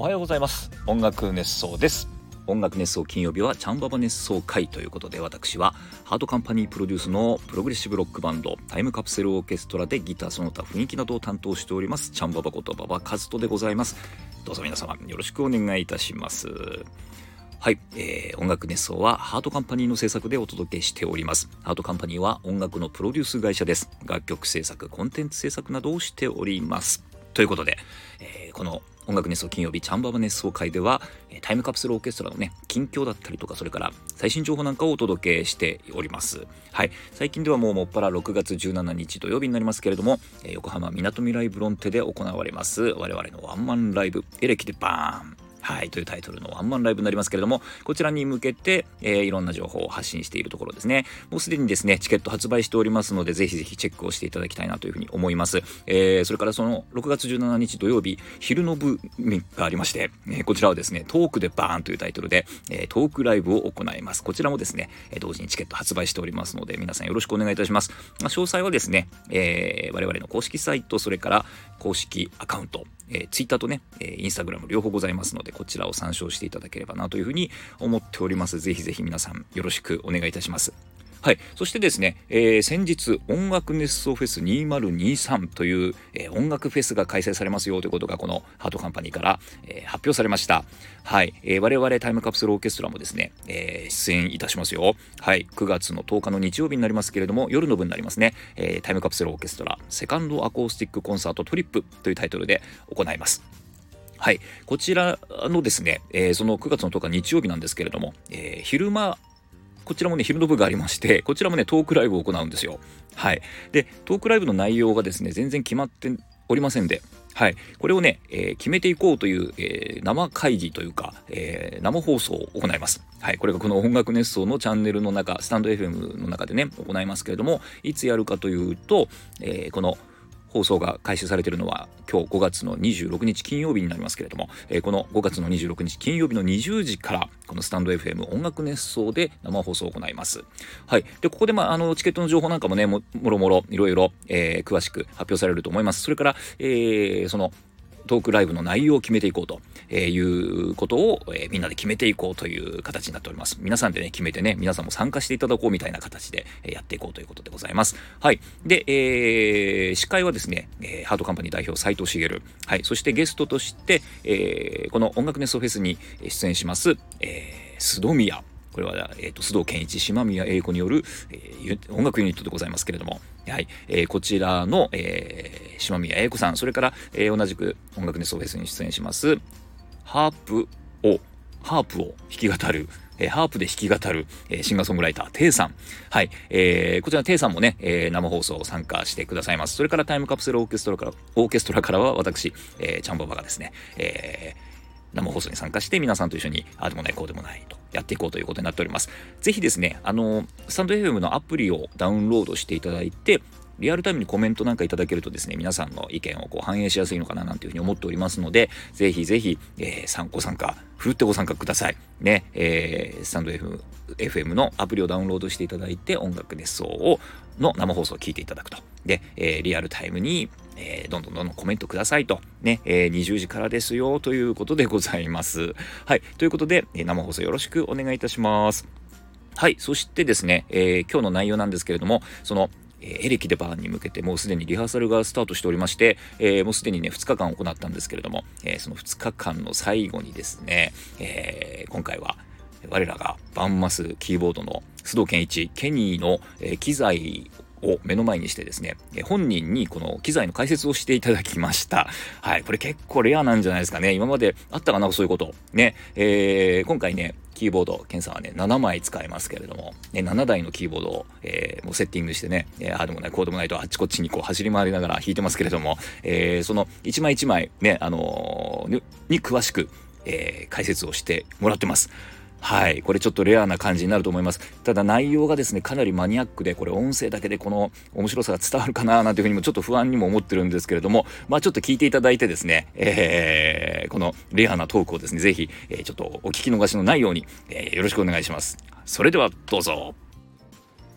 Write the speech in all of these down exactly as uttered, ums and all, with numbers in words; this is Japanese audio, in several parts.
おはようございます。音楽熱奏です。音楽熱奏金曜日はチャンババ熱奏会ということで、私はハートカンパニープロデュースのプログレッシブロックバンドタイムカプセルオーケストラでギターその他雰囲気などを担当しておりますチャンババこと馬場和人でございます。どうぞ皆様よろしくお願いいたします。はい、えー、音楽熱奏はハートカンパニーの制作でお届けしております。ハートカンパニーは音楽のプロデュース会社です。楽曲制作、コンテンツ制作などをしております。ということで、えー、この音楽熱奏金曜日チャンババ熱奏会ではタイムカプセルオーケストラのね近況だったりとか、それから最新情報なんかをお届けしております。はい、最近ではもうもっぱらろくがつじゅうしちにち土曜日になりますけれども、横浜みなとみらいブロンテで行われます我々のワンマンライブエレキでバーンはいというタイトルのワンマンライブになりますけれども、こちらに向けて、えー、いろんな情報を発信しているところですね。もうすでにですねチケット発売しておりますので、ぜひぜひチェックをしていただきたいなというふうに思います。えー、それからそのろくがつじゅうしちにち土曜日昼の部がありまして、えー、こちらはですねトークでバーンというタイトルで、えー、トークライブを行います。こちらもですね同時にチケット発売しておりますので、皆さんよろしくお願いいたします。まあ、詳細はですね、えー、我々の公式サイト、それから公式アカウント、えー、ツイッターとね、えー、インスタグラム両方ございますので、こちらを参照していただければなというふうに思っております。ぜひぜひ皆さんよろしくお願いいたします。はい、そしてですね、えー、先日音楽熱奏フェスにせんにじゅうさんという、えー、音楽フェスが開催されますよということがこのハートカンパニーから、えー、発表されました。はい、えー、我々タイムカプセルオーケストラもですね、えー、出演いたしますよ。はい、くがつのとおかの日曜日になりますけれども、夜の部になりますね、えー、タイムカプセルオーケストラセカンドアコースティックコンサートトリップというタイトルで行います。はい、こちらのですね、えー、そのくがつのとおか日曜日なんですけれども、えー、昼間こちらもね昼の部がありまして、こちらもねトークライブを行うんですよ。はい、でトークライブの内容がですね全然決まっておりませんで、はい、これをね、えー、決めていこうという、えー、生会議というか、えー、生放送を行います。はい、これがこの音楽熱奏のチャンネルの中、スタンド エフエム の中でね行いますけれども、いつやるかというと、えー、この放送が開始されているのは今日ごがつのにじゅうろくにち金曜日になりますけれども、えー、このごがつのにじゅうろくにち金曜日のにじゅうじからこのスタンド エフエム 音楽熱奏で生放送を行います。はい、でここで、まあ、あのチケットの情報なんかもね も, もろもろいろいろ、えー、詳しく発表されると思います。それから、えー、そのトークライブの内容を決めていこうということを、えー、みんなで決めていこうという形になっております。皆さんでね決めてね、皆さんも参加していただこうみたいな形でやっていこうということでございます。はい、で、えー、司会はですね、えー、ハートカンパニー代表斉藤茂、はい、そしてゲストとして、えー、この音楽熱奏フェスに出演します、えー、須藤宮、これは、えー、と須藤健一、島宮英子による、えー、音楽ユニットでございますけれども、はい、えー、こちらの、えー、島宮英子さん、それから、えー、同じく音楽熱奏フェスに出演しますハープをハープを弾き語る、えー、ハープで弾き語る、えー、シンガーソングライターテイさん、はい、えー、こちらテイさんもね、えー、生放送参加してくださいます。それからタイムカプセルオーケストラからオーケストラからは私、えー、チャンババがですね、えー生放送に参加して皆さんと一緒にああでもないこうでもないとやっていこうということになっております。ぜひですね、あのスタンド エフエム のアプリをダウンロードしていただいて、リアルタイムにコメントなんかいただけるとですね、皆さんの意見をこう反映しやすいのかななんていうふうに思っておりますので、ぜひぜひ、えー、参ご参加ふるってご参加くださいね。えー、スタンド エフエム のアプリをダウンロードしていただいて、音楽熱奏をの生放送を聞いていただくと。で、えー、リアルタイムにえー、どんどんどんどんコメントくださいとね、えー、にじゅうじからですよということでございます。はい、ということで、えー、生放送よろしくお願いいたします。はい、そしてですね、えー、今日の内容なんですけれども、そのエレキでバーンに向けてもうすでにリハーサルがスタートしておりまして、えー、もうすでにねふつかかん行ったんですけれども、えー、そのふつかかんの最後にですね、えー、今回は我らがバンマスキーボードの須藤健一ケニーの、えー、機材を目の前にしてですね、本人にこの機材の解説をしていただきました。はい、これ結構レアなんじゃないですかね。今まであったかな、そういうことね。えー、今回ねキーボードケンさんはねななまい使えますけれども、ね、ななだいのキーボードを、えー、もうセッティングしてね、えー、ああでもないこうでもないとあっちこっちにこう走り回りながら弾いてますけれども、えー、その一枚一枚ね、あのー、に, に詳しく、えー、解説をしてもらってます。はい、これちょっとレアな感じになると思います。ただ内容がですねかなりマニアックで、これ音声だけでこの面白さが伝わるかななんていうふうにもちょっと不安にも思ってるんですけれども、まあちょっと聞いていただいてですね、えー、このレアなトークをですねぜひ、えー、ちょっとお聞き逃しのないように、えー、よろしくお願いします。それではどうぞ。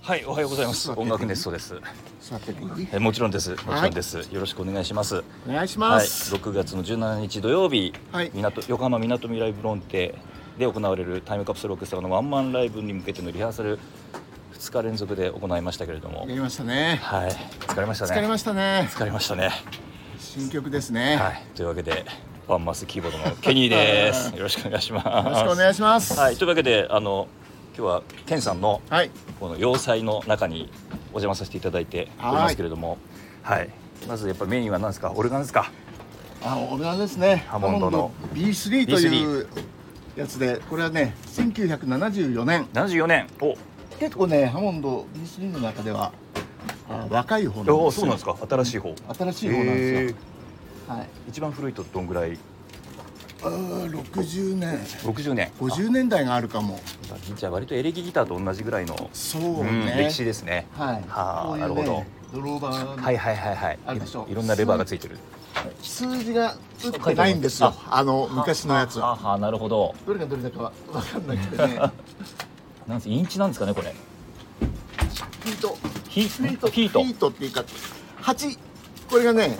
はい、おはようございます。音楽熱奏です。 座ってていい？ えもちろんです。もちろんです。よろしくお願いします。 お願いします。 はい、ろくがつのじゅうしちにち土曜日、 はい、 港横浜みなとみらいブロンテで行われるタイムカプセルオーケストラのワンマンライブに向けてのリハーサルふつか連続で行いましたけれども、 やりましたね。 はい、疲れましたね。 疲れましたね。 疲れましたね。 新曲ですね。 はい、というわけでワンマスキーボードのケニーです。よろしくお願いします。 よろしくお願いします。 はい、というわけであの今日はケンさんの、 はい、 この要塞の中にお邪魔させていただいておりますけれども、はい、はい、まずやっぱメインは何ですか？オルガンですか？ あ、オルガンですね。 ハモンドのビースリー というやつで、これはねせんきゅうひゃくななじゅうよねん。 ななじゅうよねん。お、 結構ねハモンド ビースリー の中ではあ若い方なんですよ。 お、そうなんですか？新しい方。 新しい方なんですよ。はい。 一番古いとどんぐらい？ あ、ろくじゅうねん、 ろくじゅうねん、 ごじゅうねんだいがあるかも。 じゃあ割とエレキギターと同じぐらいの、 そうね、 うん、歴史ですね。 はい。 はあ、 ね、 なるほど。 ドローバー、 はいはいはいはい。 あるでしょ。 いろんなレバーがついてる。 数字が打ってないんですよ。あの昔のやつは。 はあ、なるほど。 どれがどれだかわかんなくてね。 なんせインチなんですかねこれ。 ヒート。 ヒート。 ヒート。ヒートっていうか八。これがね。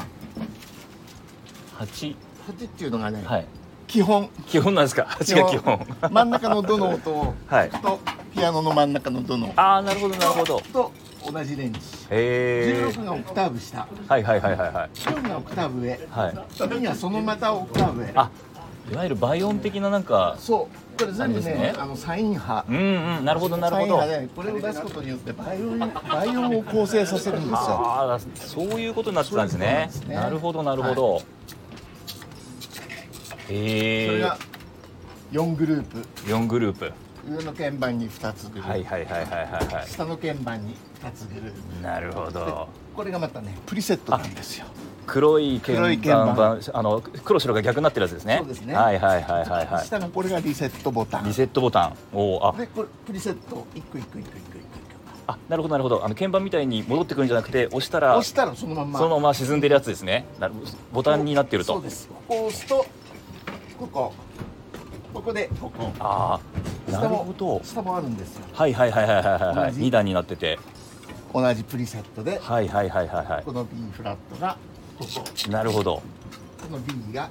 八。 八っていうのがね。 はい。 基本。 基本なんですか？八が基本。 真ん中のドの音を。 はい。 とピアノの真ん中のドの。 ああ、なるほどなるほど。 と同じレンジ。 へえ。 じゅうろくがオクターブ下。 はいはいはいはいはい。 よんがオクターブ上。 はい。 次はそのまたオクターブ上。 あ、いわゆる倍音的ななんか。 そう。これ全部ね、ねあのサイン波。 うんうん、なるほどなるほど。 サイン波でこれを出すことによって倍音倍音を構成させるんですよ。 ああ、そういうことになってたんですね。すねなるほどなるほど。はい、へえ。 それがよんグループ。 よんグループ。 上の鍵盤にふたつグループ。 はいはいはいはいはいはい。 下の鍵盤にふたつグループ。 なるほど。 これがまたねプリセットなんですよ。 黒い鍵盤、あの黒白が逆になってるやつですね。 そうですね。 はいはいはいはいはい。 下がこれがリセットボタン。 リセットボタン。おお、あ。 でこれプリセット一個一個一個一個一個。 あ、なるほどなるほど。あの鍵盤みたいに戻ってくるんじゃなくて、押したら押したらそのままそのまま沈んでるやつですね。なるボタンになってると。 そうです。ここを押すとここここでここ。 ああ、なるほど。 下もあるんですよ。 はいはいはいはいはいはい。二段になってて。 同じプリセットで。 はいはいはいはいはい。 この B フラットがここ。 なるほど。 この B が。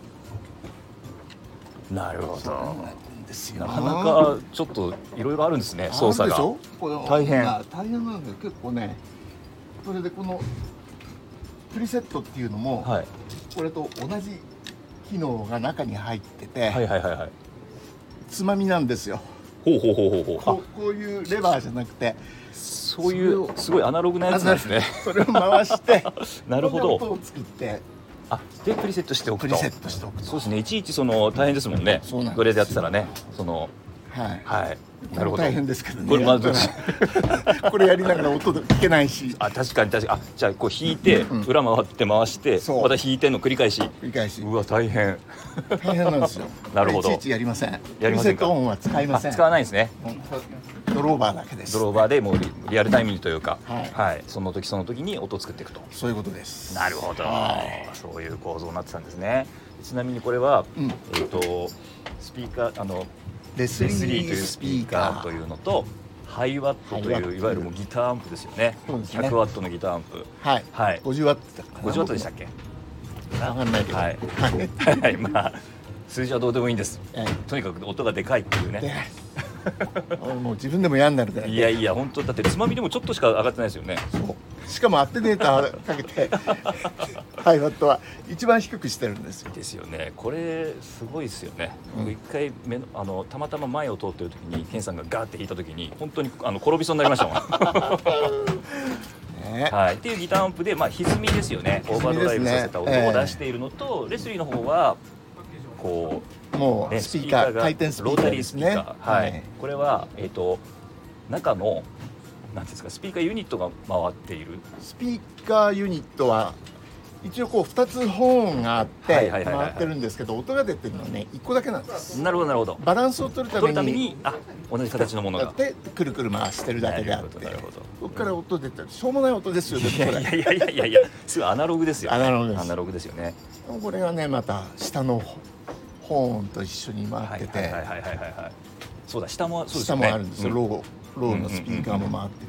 なるほど。 なかなかちょっといろいろあるんですね。操作が。大変。 大変なんだよ。結構ね。それでこのプリセットっていうのも、はい、これと同じ機能が中に入ってて、はいはいはいはい。つまみなんですよ。 ほうほうほうほうほう。 こうこういうレバーじゃなくて、 そういうすごいアナログなやつなんですね。 それを回して、 なるほど。 音を作って。 あ、でプリセットしておくと。 プリセットしておくと。 そうですね。いちいちその大変ですもんね。どれでやってたらね、そのはいはい。なるほど。 大変ですけどね。 これまずこれやりながら音聞けないし。 あ、確かに確かに。あ、じゃあこう弾いて裏回って回してまた弾いての繰り返し。 繰り返し。 うわ大変。 大変なんですよ。 なるほど。 いちいちやりません。 やりませんか。 プリセット音は使いません。 使わないですね。 ドローバーだけです。 ドローバーでもうリアルタイムにというか、はい、その時その時に音を作っていくと。 そういうことです。 なるほど。そういう構造になってたんですね。ちなみにこれはえっとスピーカーあのレスリーというスピーカーというのとハイワットといういわゆるもうギターアンプですよね。ひゃくワットのギターアンプ。 はいはい。ごじゅうワット。 ごじゅうワットでしたっけ？ わかんないけど。 はいはい。まあ数字はどうでもいいんです。とにかく音がでかいっていうね。 もう自分でも嫌になるから。 いやいや本当だってつまみでもちょっとしか上がってないですよね。 そう。しかもアテネーターかけてハイワットは一番低くしてるんですよ。 ですよね。これすごいですよね。僕一回目のあのたまたま前を通ってる時にケンさんがガーって弾いた時に本当にあの転びそうになりましたもん。はい、っていうギターアンプで、まあ、歪みですよね。オーバードライブさせた音を出しているのと、レスリーの方はこうもうスピーカー回転スピーカーですね。 はい、これはえっと中のなんですかスピーカーユニットが回っている。 スピーカーユニットは一応こうふたつホーンがあって回ってるんですけど、音が出てるのはねいっこだけなんです。 なるほどなるほど。 バランスを取るために、 めにあ同じ形のものがでくるくる回してるだけであって、なるほど。ここから音出てるしょうもない音ですよね。 いやいやいやいやいやいやすごいアナログですよ、ね。 アナログです。 アナログですよね。 これがねまた下のホーンと一緒に回ってて、 そうだ下もそうですね。 下もあるんですよ。ローローのスピーカーも回ってて。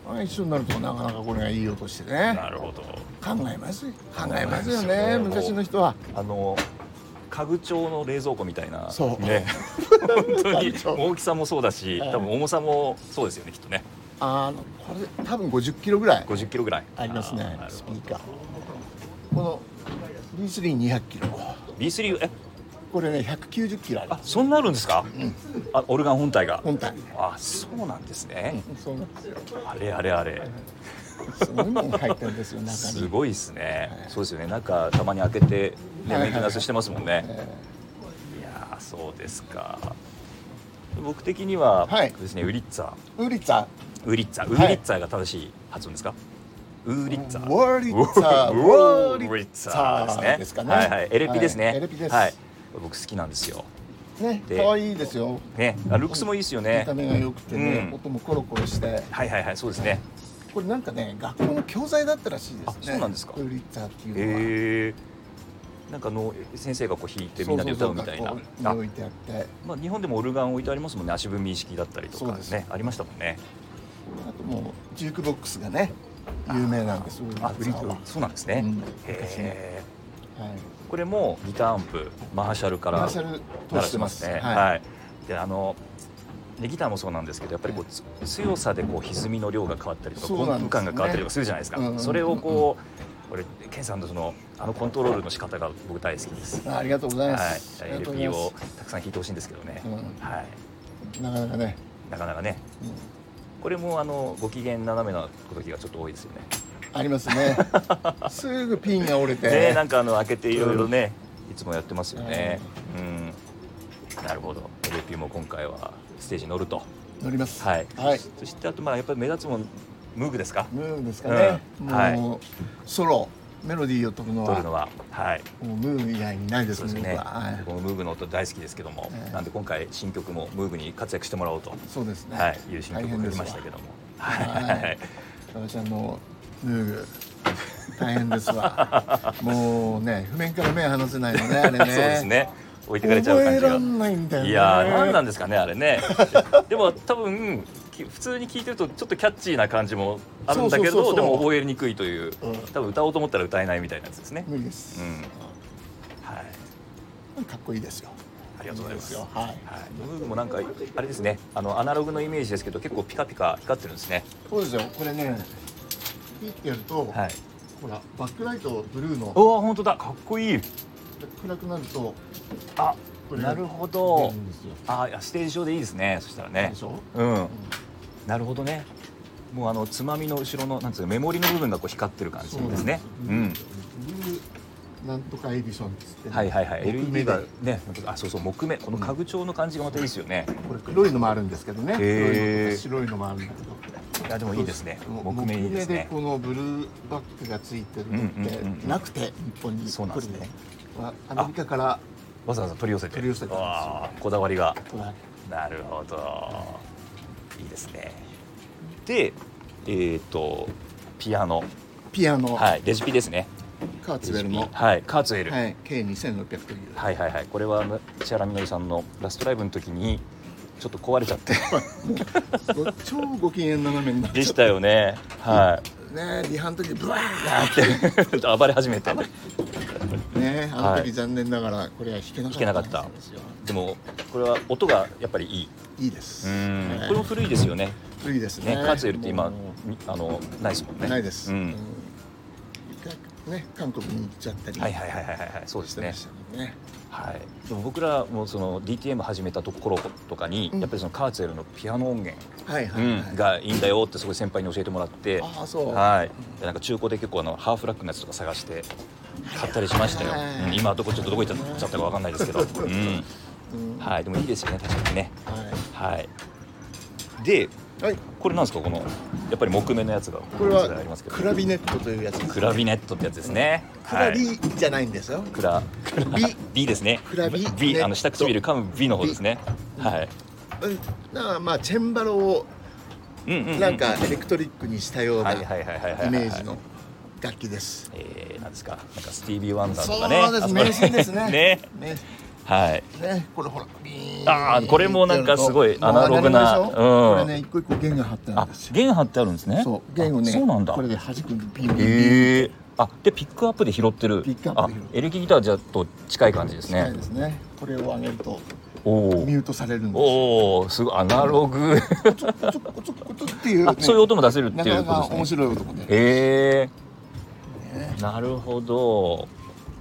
一緒になるとなかなかこれがいい音してね。 なるほど。 考えます考えますよね、昔の人は。 あの家具調の冷蔵庫みたいな、 そうね、本当に大きさもそうだし、多分重さもそうですよね、きっとね。 あのこれ多分ごじゅっキロぐらいごじゅっキロぐらいありますね、スピーカー。この ビースリーにひゃくキロ、 ビースリー えこれねひゃくきゅうじゅっキロある。 あ、そんなあるんですか、うん、あ、オルガン本体が。 本体。 あ、そうなんですね、 うん、そうなんですよ。 あれあれあれすごいもん入ってるんですよ、中に。 すごいですね、はい、そうですよね。中たまに開けて、ね、メンテナンスしてますもんね。いやー、そうですか。僕的にはですね、はい、ウリッツァウーリッツァウーリッツァウーリッツァが正しい発音ですか、はい、ウーリッツァウーリッツァウーリッツァですね。 ですかね。 はいはい、エレピですね。 はい、エレピです。 はい、僕好きなんですよ。 ね、可愛いですよ。 ね、ルックスもいいですよね。 見た目が良くてね、うん、音もコロコロして。 はいはいはい、そうですね。 これなんかね、学校の教材だったらしいですね。 あ、そうなんですか。 ウーリッツァっていうのは。 へー、なんかの先生がこう弾いてみんなで歌うみたいな。 そうそうそう、置いてあって。 まあ日本でもオルガン置いてありますもんね。足踏み式だったりとかね、ありましたもんね。 あともうジュークボックスがね、有名なんです。 あ、そうなんですね。うん、へえ。はい。これもギターアンプ、マーシャルから鳴らしてますね。はい。で、あのギターもそうなんですけど、やっぱりこう強さでこう歪みの量が変わったりとか、コンプ感が変わったりとかするじゃないですか。それをこう、これケンさんのそのあのコントロールの仕方が僕大好きです。 ありがとうございます。 はい。エルピー をたくさん弾いてほしいんですけどね。はい。 なかなかね。 なかなかね。これもあのご機嫌斜めな時がちょっと多いですよね。 ありますね。すぐピンが折れて。 ね、なんかあの開けていろいろね、いつもやってますよね。うん。なるほど。エルピー も今回はステージに乗ると。 乗ります。 はい。はい。そしてあとまあやっぱり目立つもんムーグですか。 ムーグですかね。もうソロメロディーを取るのは。 取るのははい。 もうムーグ以外にないですね。 このムーグの音大好きですけども、なんで今回新曲もムーグに活躍してもらおうと。 そうですね。 はい。いう新曲を作りましたけども。はい。 私あのムーグ大変ですわ。もうね、譜面から目離せないのね、あれね。そうですね。置いてかれちゃう感じが。 覚えらんないんだよね。 いやー、なんなんですかね、あれね。でも多分普通に聞いてるとちょっとキャッチーな感じもあるんだけど、でも覚えにくいという、多分歌おうと思ったら歌えないみたいなやつですね。 無理です。 はい。 かっこいいですよ。 ありがとうございます。 はい。 ムーグもなんかあれですね、あのアナログのイメージですけど、結構ピカピカ光ってるんですね。 そうですよ。これね、ピッてやると、ほらバックライトブルーの。 おお、本当だ、かっこいい。 暗くなると、 あ、なるほど。あ、ステージ上でいいですね。そしたらね。うん。なるほどね。もうあのつまみの後ろのなんつうかメモリの部分がこう光ってる感じですね。うん。 なんとかエディションですって。 はいはいはい。エルイーディー がね、あ、そうそう、木目、この家具調の感じがまたいいですよね。 これ黒いのもあるんですけどね。黒いのと白いのもあるんだけど。 いやでもいいですね。木目いいですね。 このブルーバックがついてるのってなくて、日本に。 そうなんですね。 アメリカからわざわざ取り寄せて。 取り寄せて。 こだわりが。なるほど。いいですね。で、えっとピアノ。 ピアノ。 はい、レジピですね。 カーツウェルの。 はい、カーツウェル。 はい、ケーにせんろっぴゃく という。 はいはいはい。これは千原みのりさんのラストライブの時にちょっと壊れちゃって。 超ご機嫌斜めになっちゃった。 でしたよね。はい。 ね、リハの時にブワーって暴れ始めて。 ね、あの時残念ながらこれは弾けなかった。 弾けなかった。でもこれは音がやっぱりいい。 いいです。 これも古いですよね。 古いですね。 カーツウェルって今あのないですもんね。 ないです。ね、韓国に行っちゃったり。 はいはいはいはいはい、そうですね。はい。でも僕らもその ディーティーエム 始めたところとかにやっぱりそのカーツウェルのピアノ音源がいいんだよってすごい先輩に教えてもらって、 ああそう。はい。 なんか中古で結構あのハーフラックのやつとか探して買ったりしましたよ。今どこちょっとどこ行っちゃったかわかんないですけど。うん。はい。でもいいですよね、確かにね。はい。はい。で、はい、これなんですか、このやっぱり木目のやつが。 これはクラビネットというやつです。 クラビネットってやつですね。 クラビじゃないんですよ。 クラビビですね。 クラビビ、あの下唇噛むビの方ですね。はい。 だからまあチェンバロをなんかエレクトリックにしたようなイメージの楽器です。 ええ、なんですか。なんかスティービー・ワンダーとかね。 そうです。名シーンですね。 ね。 はいね、これほらビーンああこれもなんかすごいアナログな、うん、 これね一個一個弦が張ってあるんですよ。 弦張ってあるんですね。 そう弦をねそうなんだ。 これで弾くビンビンビンビン、 へえ。あでピックアップで拾ってる。 ピックアップで拾ってる。 エレキギターじゃと近い感じですね。 近いですね。これを上げるとおミュートされるんです。 おおすごいアナログコツコツコツコツっていう、ね、 そういう音も出せるっていうことですね。 なかなか面白い音もね。 へえ、ね、なるほど。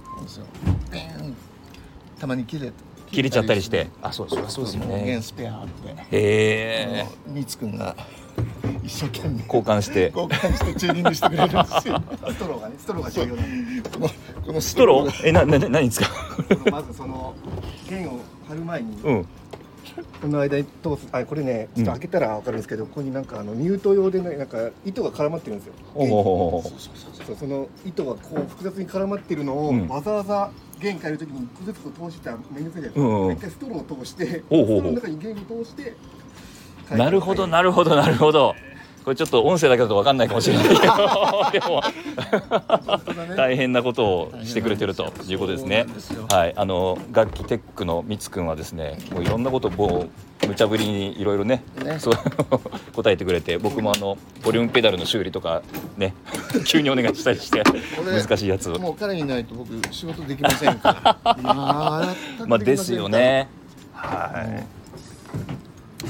たまに切れ切れちゃったりして、あそうそうそうですよね。 弦スペアあって、 へえ。 みつくんが一生懸命交換して交換してチューニングしてくれるんですよ。ストローがね、ストローが重要なんで、このこのストローえなな何ですか。 まずその弦を貼る前に、 うん、 この間に通す、あこれねちょっと開けたら分かるんですけど、うん、ここになんかあのミュート用でねなんか糸が絡まってるんですよ。 おお。 そうそうそうそう、その糸がこう複雑に絡まってるのを、うん、わざわざ弦変えるときに一個ずつ通したらめんどくさいじゃないですか。うんうん、一回ストローを通して、 おうおうおう、 ストローの中に弦を通して。 なるほどなるほどなるほど。これちょっと音声だけだと分かんないかもしれないけどでも大変なことをしてくれてるということですね。はい、あの楽器テックのみつくんはですね、もういろんなことを無茶ぶりにいろいろね、ねそう答えてくれて、僕もあのボリュームペダルの修理とかね急にお願いしたりして難しいやつを。 もう彼いないと僕仕事できませんから。まあ、 まあですよね。はい。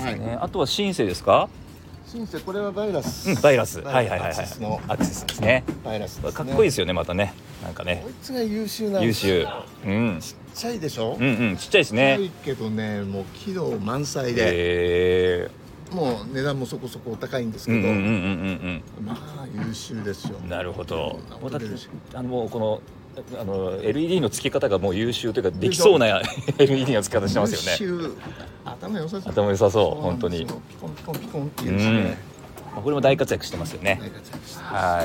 はい、ね、あとはシンセですか。 シンセこれはバイラス、 うん、バイラス、はいはいはいはい、 アクセスのアクセスですね。 バイラスですね。 かっこいいですよね、またね、なんかね。 こいつが優秀なんです。 優秀、うん、 ちっちゃいでしょ。 うんうん、ちっちゃいですね。 ちっちゃいけどね、もう機能満載で、 えー、もう値段もそこそこお高いんですけど、 うんうんうんうんうん、 まあ優秀ですよ。 なるほど。もうだってあのもうこのあの エルイーディー の付け方がもう優秀というかできそうな エルイーディー の付け方してますよね。 優秀、頭良さそう。 頭良さそう、本当に。 ピコンピコンピコンっていうですね。 うん、これも大活躍してますよね。 大活躍してます。 はい。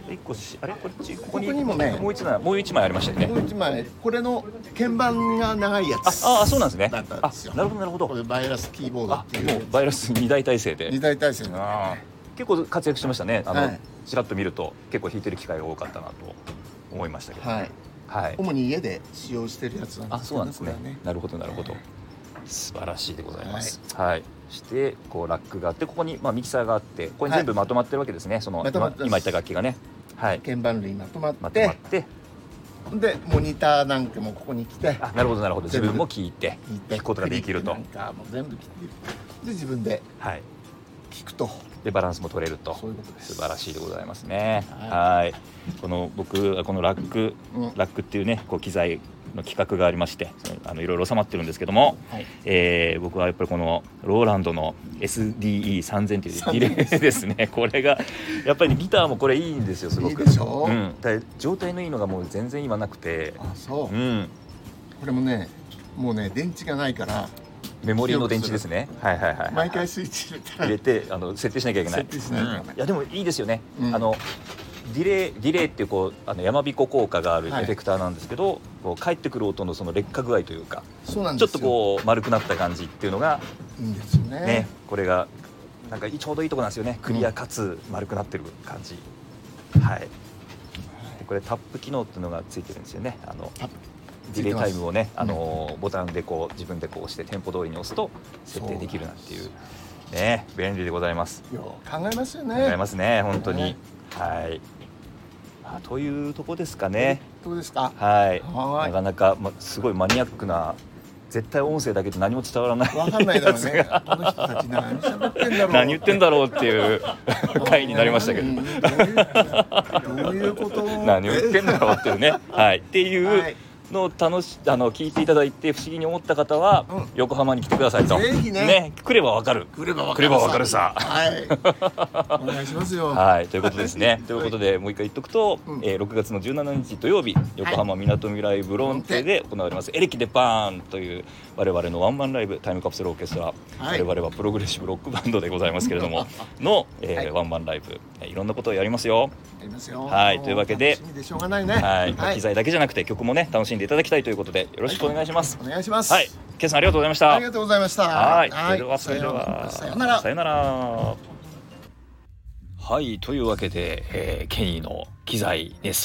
一個しあれこっちここにここにもねもう一枚もう一枚ありましたよね。 もう一枚これの鍵盤が長いやつ。 ああそうなんですね。 だったんですよ。 なるほどなるほど。 これバイラスキーボードっていう。 もうバイラス二大体制で。 二大体制で、ね。 結構活躍してましたね。あの、はい、ちらっと見ると結構弾いてる機会が多かったなと思いましたけど。 はい。はい。主に家で使用してるやつなんですけど、ね。 あそうなんですね。ねなるほどなるほど。素晴らしいでございます。はい。はい、してこうラックがあって、ここにまあミキサーがあって、ここに全部まとまってるわけですね。はい、その今今言った楽器がね。はい。 鍵盤類まとまって。 まとまって。 でモニターなんかもここに来て。 あなるほどなるほど。自分も聞いて聞くことができると。 なんかもう全部聞いてで自分で聞くと。 でバランスも取れると。 そういうことです。 素晴らしいでございますね。はい。この僕このラック、うん、ラックっていうねこう機材の企画がありまして、あのいろいろ収まってるんですけども、はい、えー、僕はやっぱりこのローランドの エスディーイーさんぜん というディレイですね。これがやっぱりギターもこれいいんですよ、すごく。 いいでしょ。 うん、だ状態のいいのがもう全然今なくて。 あ、そう。 うん。 これもね、もうね電池がないから。 メモリーの電池ですね。はいはいはい。 毎回スイッチ入れたら入れてあの設定しなきゃいけない。 設定しないといけない。 いやでもいいですよね。うん、あの。ディレイディレイっていうこうあの山彦効果があるエフェクターなんですけど、はい、こう返ってくる音のその劣化具合というか、 そうなんですよ。 ちょっとこう丸くなった感じっていうのがいいんですよね。 ね、これがなんかちょうどいいところなんですよね。クリアかつ丸くなってる感じ。うん、はい。でこれタップ機能っていうのがついてるんですよね。あのディレイタイムをね、あの、うん、ボタンでこう自分でこう押してテンポ通りに押すと設定できるなんていうね、便利でございます。 よう考えますよね。 考えますね、本当に。ね、はい。というとこですかね。 どうですか。 はい。はいなかなか、ま、すごいマニアックな絶対音声だけで何も伝わらないわかんないだろうね。この人たち何喋ってんだろう何言ってんだろうっていう回になりましたけどどういうこと何言ってんだろうっていうね、はい、っていう、はいの楽しあの聞いていただいて不思議に思った方は、うん、横浜に来てくださいと。 ぜひね。 ね来ればわかる。 来ればわかるさ。 はい。お願いしますよ。 はいということですね。ということでもう一回言っとくと、うんえー、ろくがつのじゅうしちにち土曜日横浜みなとみらいブロンテで行われますエレキでバーンという我々のワンマンライブタイムカプセルオーケストラ、はい、我々はプログレッシブロックバンドでございますけれどもの、えーはい、ワンマンライブいろんなことをやりますよ。 やりますよ。 はいというわけで、 楽しみでしょうがないね。 はい、はい、機材だけじゃなくて曲もね楽しんでいただきたいということでよろしくお願いします。 はい、お願いします。 はい、ケンさんありがとうございました。 ありがとうございました。 はい、それではそれではさよなら。 さよなら。はいというわけで、えー、ケニーの機材熱奏、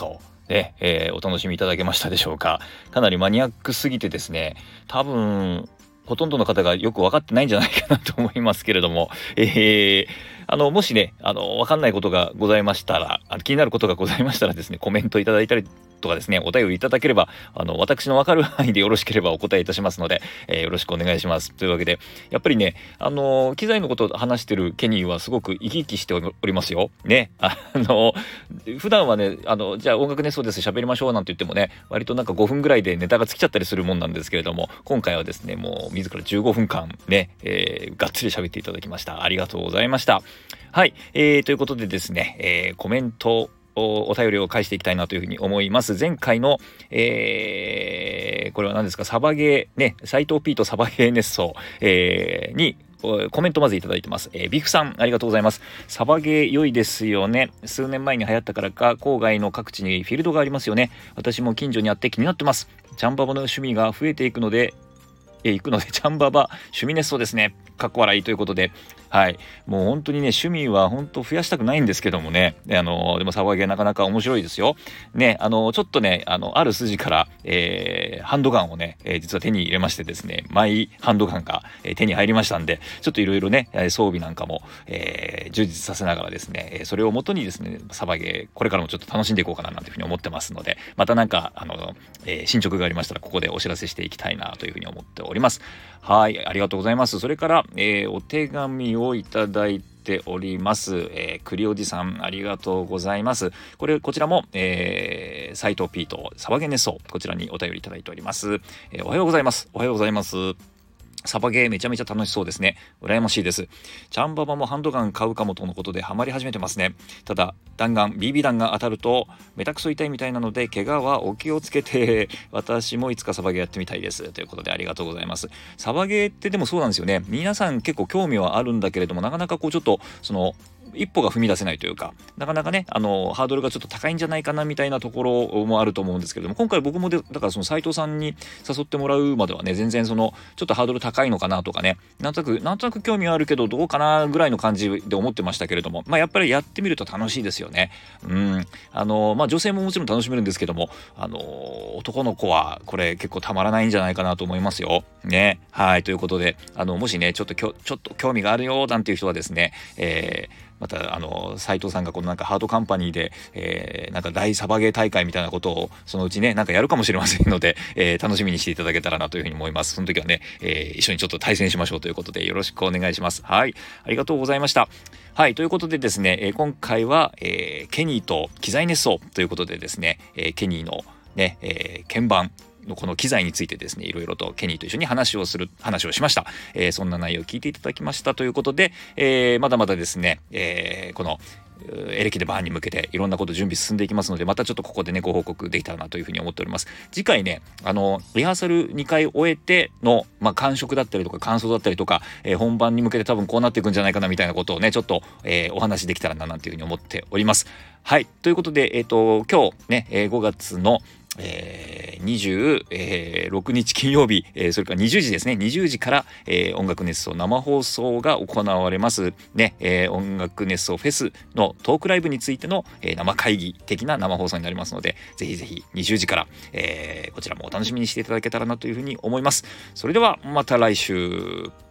ね、えー、お楽しみいただけましたでしょうか。かなりマニアックすぎてですね、多分ほとんどの方がよく分かってないんじゃないかなと思いますけれども、えー、あのもしねあの分かんないことがございましたら、あの気になることがございましたらですね、コメントいただいたりとかですね、お便りいただければ、あの私の分かる範囲でよろしければお答えいたしますので、えー、よろしくお願いします。というわけで、やっぱりね、あの機材のことを話してるケニーはすごく生き生きしておりますよ。ね、あの普段はね、あのじゃあ音楽ねそうです喋りましょうなんて言ってもね、割となんかごふんぐらいでネタが尽きちゃったりするもんなんですけれども、今回はですね、もう自らじゅうごふんかんね、えー、がっつり喋っていただきました。ありがとうございました。はい、えー、ということでですね、えー、コメントお便りを返していきたいなというふうに思います。前回の、えー、これは何ですか、サバゲーね、斉藤 P とサバゲー熱奏、えー、にコメントまずいただいてます。えー、ビフさんありがとうございます。サバゲー良いですよね。数年前に流行ったからか郊外の各地にフィールドがありますよね。私も近所にあって気になってます。チャンババの趣味が増えていくのでえ行くのでチャンババ趣味熱奏ですね。かっこ笑いということで、はい、もう本当にね趣味は本当増やしたくないんですけどもね、あのでもサバゲーなかなか面白いですよね。あのちょっとねあのある筋から、えー、ハンドガンをね、えー、実は手に入れましてですね、マイハンドガンが、えー、手に入りましたんで、ちょっといろいろね装備なんかも、えー、充実させながらですね、それをもとにですねサバゲーこれからもちょっと楽しんでいこうかななんていうふうに思ってますので、またなんかあの、えー、進捗がありましたらここでお知らせしていきたいなというふうに思っております。はい、ありがとうございます。それから、えー、お手紙をいただいております。えー、栗おじさんありがとうございます。これこちらも、えー、斉藤 P とサバゲネソこちらにお便りいただいております。えー、おはようございます。おはようございます。サバゲーめちゃめちゃ楽しそうですね。羨ましいです。チャンババもハンドガン買うかもとのことでハマり始めてますね。ただ弾丸 ビービー 弾が当たるとめたくそ痛いみたいなので怪我はお気をつけて、私もいつかサバゲーやってみたいですということでありがとうございます。サバゲーってでもそうなんですよね。皆さん結構興味はあるんだけれども、なかなかこうちょっとその一歩が踏み出せないというか、なかなかねあのハードルがちょっと高いんじゃないかなみたいなところもあると思うんですけれども、今回僕もでだからその斉藤さんに誘ってもらうまではね、全然そのちょっとハードル高いのかなとかね、なんとなくなんとなく興味はあるけどどうかなぐらいの感じで思ってましたけれども、まあやっぱりやってみると楽しいですよね。うんあのまあ女性ももちろん楽しめるんですけども、あの男の子はこれ結構たまらないんじゃないかなと思いますよね。はい、ということで、あのもしねちょっときょちょっと興味があるよなんていう人はですね、えーまたあの斉藤さんがこのなんかハードカンパニーで、えー、なんか大サバゲー大会みたいなことをそのうちねなんかやるかもしれませんので、えー、楽しみにしていただけたらなというふうに思います。その時はね、えー、一緒にちょっと対戦しましょうということでよろしくお願いします。はい、ありがとうございました。はい、ということでですね、えー、今回は、えー、ケニーと機材熱奏ということでですね、えー、ケニーのね、えー、鍵盤のこの機材についてですね、いろいろとケニーと一緒に話をする話をしました。えー、そんな内容を聞いていただきましたということで、えー、まだまだですね、えー、このエレキでバーンに向けていろんなこと準備進んでいきますので、またちょっとここでねご報告できたらなというふうに思っております。次回ねあのリハーサルにかい終えての、まあ、感触だったりとか感想だったりとか、えー、本番に向けて多分こうなっていくんじゃないかなみたいなことをねちょっと、えー、お話できたらななんていうふうに思っております。はい、ということで、えーと、今日ねごがつのえー、にじゅうろくにち金曜日、えー、それからにじゅうじですね、にじゅうじから、えー、音楽熱奏生放送が行われますね、えー、音楽熱奏フェスのトークライブについての、えー、生会議的な生放送になりますので、ぜひぜひにじゅうじから、えー、こちらもお楽しみにしていただけたらなというふうに思います。それではまた来週。